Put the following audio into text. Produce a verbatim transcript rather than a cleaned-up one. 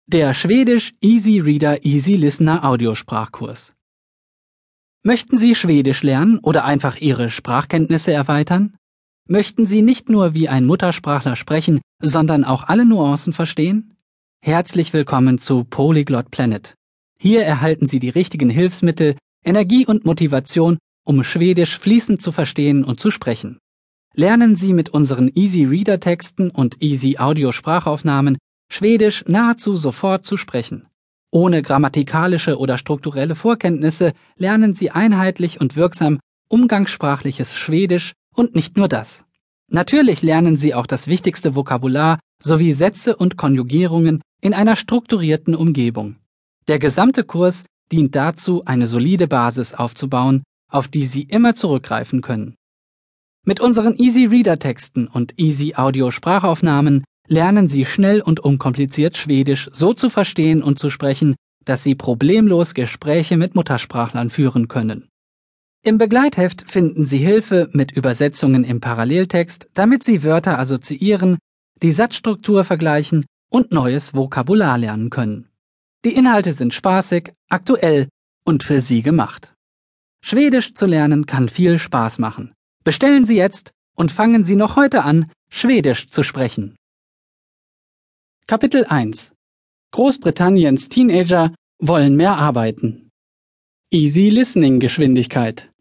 Der Schwedisch Easy Reader Easy Listener Audiosprachkurs. Möchten Sie Schwedisch lernen oder einfach Ihre Sprachkenntnisse erweitern? Möchten Sie nicht nur wie ein Muttersprachler sprechen, sondern auch alle Nuancen verstehen? Herzlich willkommen zu Polyglot Planet. Hier erhalten Sie die richtigen Hilfsmittel, Energie und Motivation, um Schwedisch fließend zu verstehen und zu sprechen. Lernen Sie mit unseren Easy Reader Texten und Easy Audio Sprachaufnahmen Schwedisch nahezu sofort zu sprechen. Ohne grammatikalische oder strukturelle Vorkenntnisse lernen Sie einheitlich und wirksam umgangssprachliches Schwedisch und nicht nur das. Natürlich lernen Sie auch das wichtigste Vokabular sowie Sätze und Konjugierungen in einer strukturierten Umgebung. Der gesamte Kurs dient dazu, eine solide Basis aufzubauen, auf die Sie immer zurückgreifen können. Mit unseren Easy Reader Texten und Easy Audio Sprachaufnahmen lernen Sie schnell und unkompliziert Schwedisch so zu verstehen und zu sprechen, dass Sie problemlos Gespräche mit Muttersprachlern führen können. Im Begleitheft finden Sie Hilfe mit Übersetzungen im Paralleltext, damit Sie Wörter assoziieren, die Satzstruktur vergleichen und neues Vokabular lernen können. Die Inhalte sind spaßig, aktuell und für Sie gemacht. Schwedisch zu lernen kann viel Spaß machen. Bestellen Sie jetzt und fangen Sie noch heute an, Schwedisch zu sprechen. Kapitel eins. Großbritanniens Teenager wollen mehr arbeiten. Easy Listening Geschwindigkeit.